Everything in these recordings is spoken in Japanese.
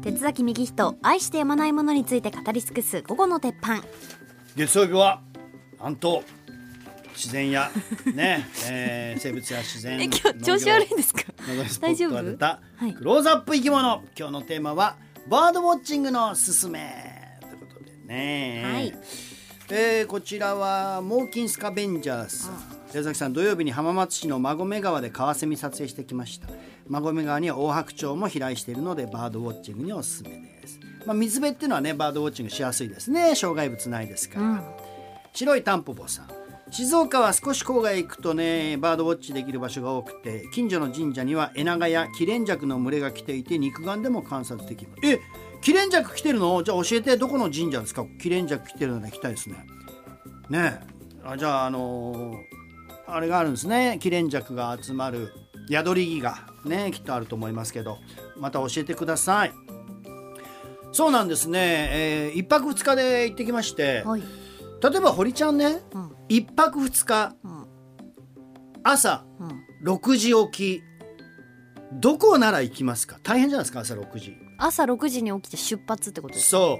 鉄崎幹人、愛してやまないものについて語り尽くす午後の鉄板。 月曜日はなんと自然や、ね生物や自然、 今日調子悪いんですか？大丈夫？ 当てたクローズアップ生き物、今日のテーマはバードウォッチングのすすめということでね、はい。こちらはモーキンスカベンジャーさん。鉄崎さん、土曜日に浜松市の馬込川でカワセミ撮影してきました。馬込川にはオオハクチョウも飛来しているのでバードウォッチングにおすすめです。水辺っていうのはね、バードウォッチングしやすいですね。障害物ないですから、白いタンポポさん、静岡は少し郊外行くとね、バードウォッチできる場所が多くて、近所の神社にはエナガやキレンジャクの群れが来ていて肉眼でも観察できます。キレンジャク来てるの？じゃあ教えて、どこの神社ですか？キレンジャク来てるので行きたいですね。ねえ、じゃああれがあるんですね。キレンジャクが集まる宿り木がね、きっとあると思いますけど、また教えてください。そうなんですね、1泊2日で行ってきまして、はい、例えば堀ちゃんね、1泊2日、朝、6時起き、どこなら行きますか？大変じゃないですか？朝6時に起きて出発ってことですか？そう。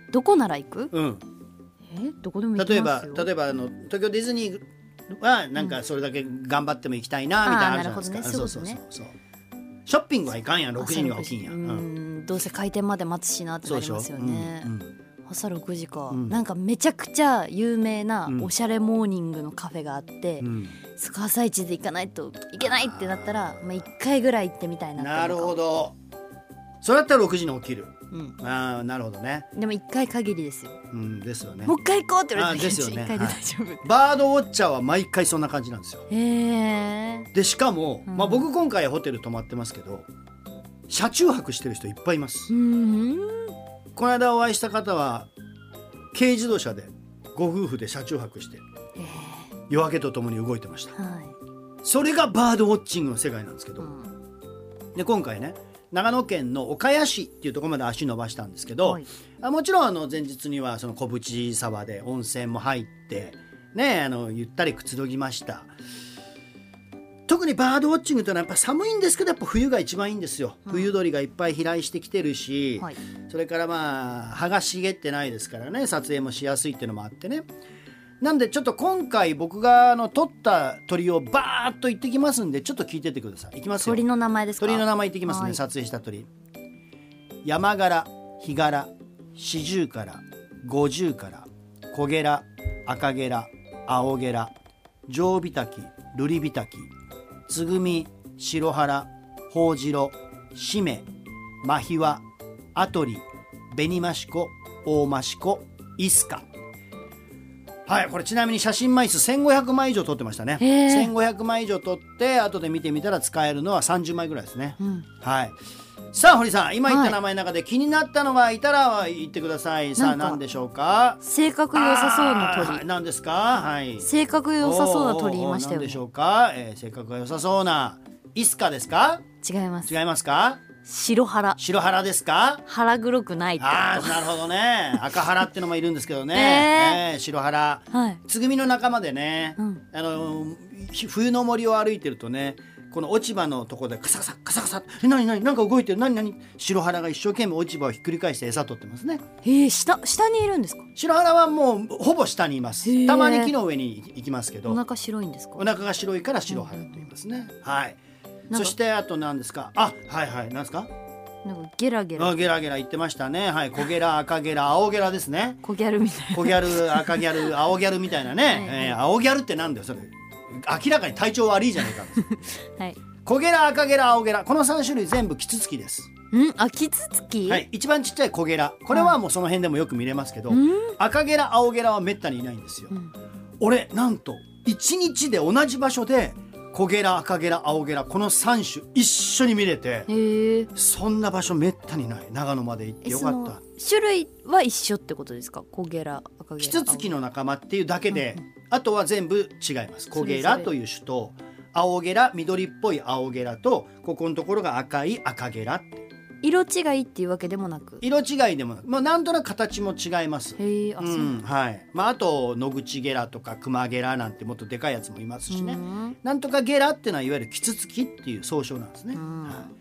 どこなら行く？どこでも行きますよ。例えば東京ディズニーはなんかそれだけ頑張っても行きたいなみたいなのあるじゃないですか。そうショッピングはいかんやん、6時には起きんやん、どうせ開店まで待つしなってなりますよね。朝6時か、なんかめちゃくちゃ有名なおしゃれモーニングのカフェがあって、そこ朝一で行かないといけないってなったら、1回ぐらい行ってみたいなって。なるほど。それだったら6時に起きる。なるほどね。でも1回限りですよ。ですよね。もう一回行こうって言われてる。1回で大丈夫。バードウォッチャーは毎回そんな感じなんですよ。でしかも、僕今回ホテル泊まってますけど、車中泊してる人いっぱいいます。この間お会いした方は軽自動車でご夫婦で車中泊して夜明けとともに動いてました、それがバードウォッチングの世界なんですけど、で今回ね、長野県の岡谷市っていうところまで足伸ばしたんですけど、もちろん前日にはその小淵沢で温泉も入ってね、ゆったりくつろぎました。特にバードウォッチングというのはやっぱ寒いんですけど、やっぱ冬が一番いいんですよ。冬鳥がいっぱい飛来してきてるし、それから葉が茂ってないですからね、撮影もしやすいっていうのもあってね。なんでちょっと今回僕が撮った鳥をバーッと言ってきますんで、ちょっと聞いててください。いきますよ。鳥の名前ですか？鳥の名前言ってきますね。撮影した鳥、ヤマガラ、ヒガラ、シジュウカラ、ゴジュウカラ、コゲラ、アカゲラ、アオゲラ、ジョウビタキ、ルリビタキ、ツグミ、シロハラ、ホウジロ、シメ、マヒワ、アトリ、ベニマシコ、オオマシコ、イスカ。はい、これちなみに写真枚数1500枚以上撮ってましたね。1500枚以上撮って、後で見てみたら使えるのは30枚ぐらいですね。はい。さあ堀さん、今言った名前の中で気になったのがいたら言ってください。さあ何でしょうか？性格良さそうな鳥。何ですか？はい。性格良さそうな鳥言いましたよね。何でしょうか？性格が良さそうなイスカですか？違います。違いますか？白原。白原ですか？腹黒くないってこと。なるほどね。赤原ってのもいるんですけどね。白原。つぐみの仲間でね、冬の森を歩いてるとね、この落ち葉のところでカサカサカサカサ、何なんか動いてる、何白原が一生懸命落ち葉をひっくり返して餌取ってますね。下にいるんですか？白原はもうほぼ下にいます。たまに木の上に行きますけど。お腹白いんですか？お腹が白いから白原と言いますね。はい。そしてあと何ですか？何ですか？なんかゲラゲラ言ってましたね。はい、小ゲラ、赤ゲラ、青ゲラですね。小ギャルみたいな。小ギャル、赤ギャル、青ギャルみたいなね。青ギャルってなんだよそれ。明らかに体調悪いじゃないか。はい。小ゲラ、赤ゲラ、青ゲラ、この3種類全部キツツキです。キツツキ？はい、一番ちっちゃい小ゲラ、これはもうその辺でもよく見れますけど、赤ゲラ、青ゲラはめったにいないんですよ。俺なんと1日で同じ場所で小ゲラ、赤ゲラ、青ゲラ、この3種一緒に見れて、そんな場所めったにない。長野まで行ってよかった。種類は一緒ってことですか？小ゲラ、赤ゲラ、キツツキの仲間っていうだけで、あとは全部違います。小ゲラという種と青ゲラ、緑っぽい青ゲラと、ここのところが赤い赤ゲラって。色違いっていうわけでもなく、色違いでもなく、なんとなく形も違います。はい。あと野口ゲラとかクマゲラなんてもっとでかいやつもいますしね。なんとかゲラっていうのはいわゆるキツツキっていう総称なんですね。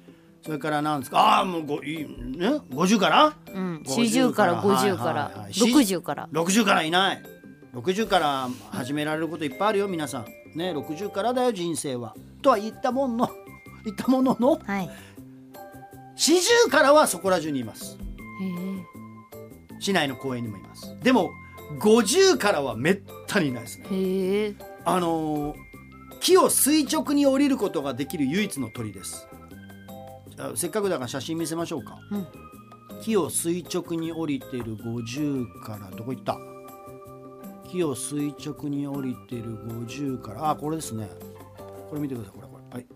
それからなんですか、もう50から、 40から50から60から 60からいない。60から始められることいっぱいあるよ皆さんね。60からだよ人生はとは言ったものの、 はい、 40からはそこら中にいます。 へえ。 市内の公園にもいます。でも50からはめったにいないですね。 へえ。 木を垂直に降りることができる唯一の鳥です。せっかくだから写真見せましょうか、木を垂直に降りている50からどこ行った。木を垂直に降りている50から、これですね。これ見てください。これ、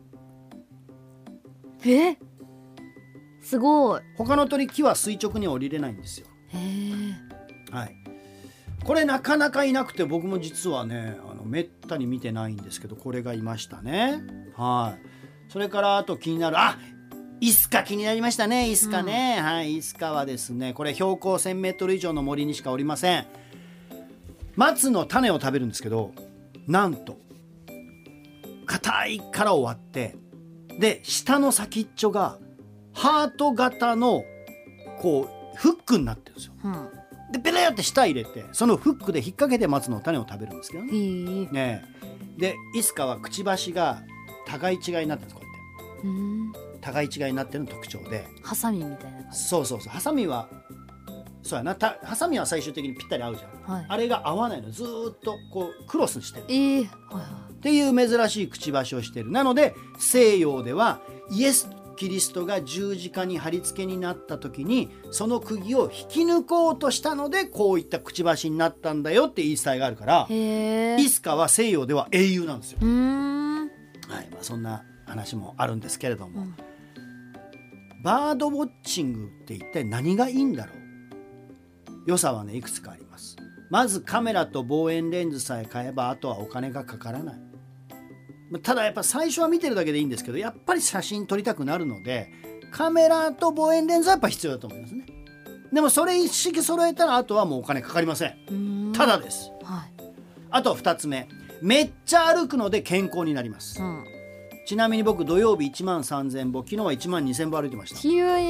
はい。 すごい。 他の鳥木は垂直に降りれないんですよ。はい。これなかなかいなくて、僕も実はねめったに見てないんですけど、これがいましたね。はい。それからあと気になるイスカ気になりましたね。イスカね、はい。イスカはですね、これ標高 1000m 以上の森にしかおりません。松の種を食べるんですけど、なんと硬い殻を割って、で下の先っちょがハート型のこうフックになってるんですよ、でペレって舌入れて、そのフックで引っ掛けて松の種を食べるんですけどね。でイスカはくちばしが互い違いになってるんです。こうやって互い違いになってるのが特徴で、 ハサミみたいな感じ。 そうハサミはそうやな。ハサミは最終的にぴったり合うじゃん、はい、あれが合わないの。ずーっとこうクロスしてる、っていう珍しいくちばしをしてる。なので西洋ではイエス・キリストが十字架に貼り付けになった時に、その釘を引き抜こうとしたのでこういったくちばしになったんだよって言い伝えがあるから、イスカは西洋では英雄なんですよ。はい。そんな話もあるんですけれども、バードウォッチングって一体何がいいんだろう。良さはねいくつかあります。まずカメラと望遠レンズさえ買えばあとはお金がかからない。ただやっぱ最初は見てるだけでいいんですけど、やっぱり写真撮りたくなるのでカメラと望遠レンズはやっぱ必要だと思いますね。でもそれ一式揃えたらあとはもうお金かかりません。ただです、あと2つ目、めっちゃ歩くので健康になります、ちなみに僕土曜日13000歩、昨日は12000歩歩いてました。はい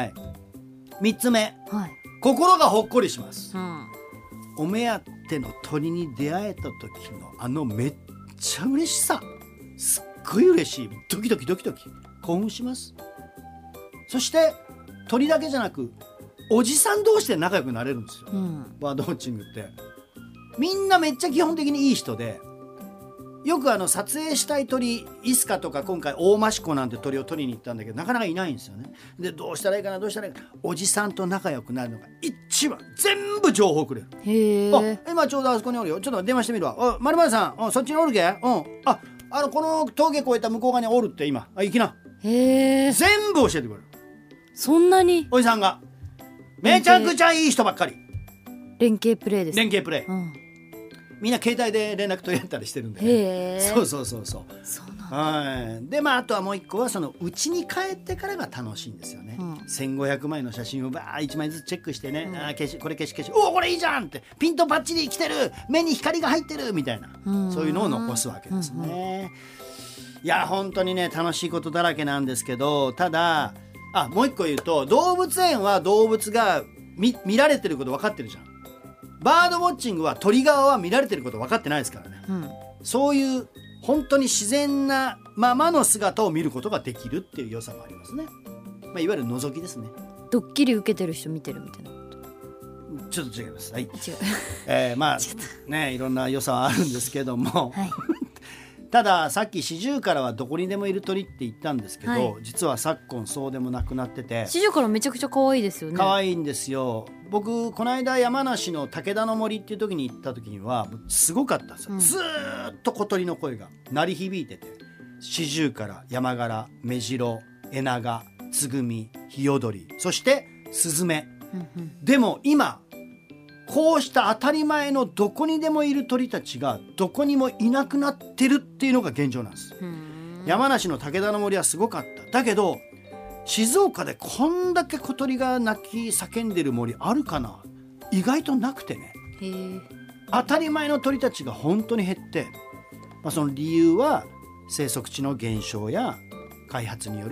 。3つ目、心がほっこりします、お目当ての鳥に出会えた時のめっちゃ嬉しさ、すっごい嬉しい。ドキドキ興奮します。そして鳥だけじゃなくおじさん同士で仲良くなれるんですよ、バードウォッチングって。みんなめっちゃ基本的にいい人で、よく撮影したい鳥、イスカとか今回オオマシコなんて鳥を取りに行ったんだけど、なかなかいないんですよね。でどうしたらいいかな、おじさんと仲良くなるのが一番。全部情報くれる。今ちょうどあそこにおるよ、ちょっと電話してみるわ。〇〇さん、そっちにおるけ、この峠越えた向こう側におるって今、行きな。全部教えてくれる。そんなにおじさんがめちゃくちゃいい人ばっかり。連携プレイです。連携プレイ、みんな携帯で連絡取り合ったりしてるんで、そうはい。であとはもう一個はその家に帰ってからが楽しいんですよね、1500枚の写真を1枚ずつチェックしてね、これ消しこれいいじゃんって、ピントバッチリ来てる、目に光が入ってるみたいな、そういうのを残すわけですね、いや本当にね楽しいことだらけなんですけど、ただもう一個言うと、動物園は動物が 見られてること分かってるじゃん。バードウォッチングは鳥側は見られてること分かってないですからね、そういう本当に自然なままの姿を見ることができるっていう良さもありますね。いわゆる覗きですね。ドッキリ受けてる人見てるみたいなこと。ちょっと違います。はい。違う。ね、いろんな良さはあるんですけども、たださっきシジュウカラはどこにでもいる鳥って言ったんですけど、実は昨今そうでもなくなってて、シジュウカラめちゃくちゃ可愛いですよね。可愛いんですよ。僕この間山梨の武田の森っていう時に行った時にはすごかったんですよ、ずーっと小鳥の声が鳴り響いてて、シジュウカラ、ヤマガラ、メジロ、エナガ、ツグミ、ヒヨドリ、そしてスズメ、でも今こうした当たり前のどこにでもいる鳥たちがどこにもいなくなってるっていうのが現状なんです。山梨の武田の森はすごかった。だけど静岡でこんだけ小鳥が鳴き叫んでる森あるかな、意外となくてね。当たり前の鳥たちが本当に減って、その理由は生息地の減少や開発による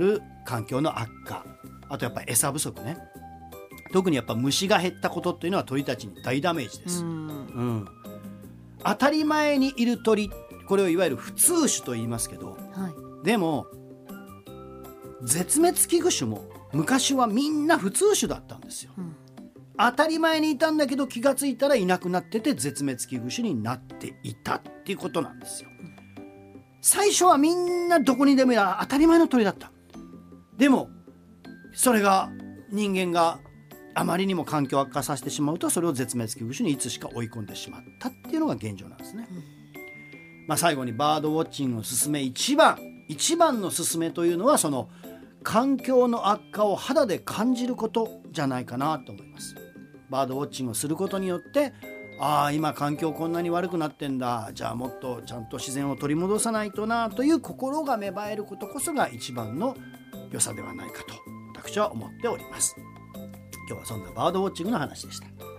環境の悪化、あとやっぱり餌不足ね。特にやっぱ虫が減ったことっていうのは鳥たちに大ダメージです。当たり前にいる鳥、これをいわゆる普通種と言いますけど、でも絶滅危惧種も昔はみんな普通種だったんですよ。当たり前にいたんだけど気がついたらいなくなってて絶滅危惧種になっていたっていうことなんですよ。最初はみんなどこにでもいる当たり前の鳥だった。でもそれが人間があまりにも環境を悪化させてしまうと、それを絶滅危惧種にいつしか追い込んでしまったっていうのが現状なんですね。最後にバードウォッチングの勧め一番の勧めというのは、その環境の悪化を肌で感じることじゃないかなと思います。バードウォッチングをすることによって、今環境こんなに悪くなってんだ、じゃあもっとちゃんと自然を取り戻さないとなという心が芽生えることこそが一番の良さではないかと私は思っております。今日はそんなバードウォッチングの話でした。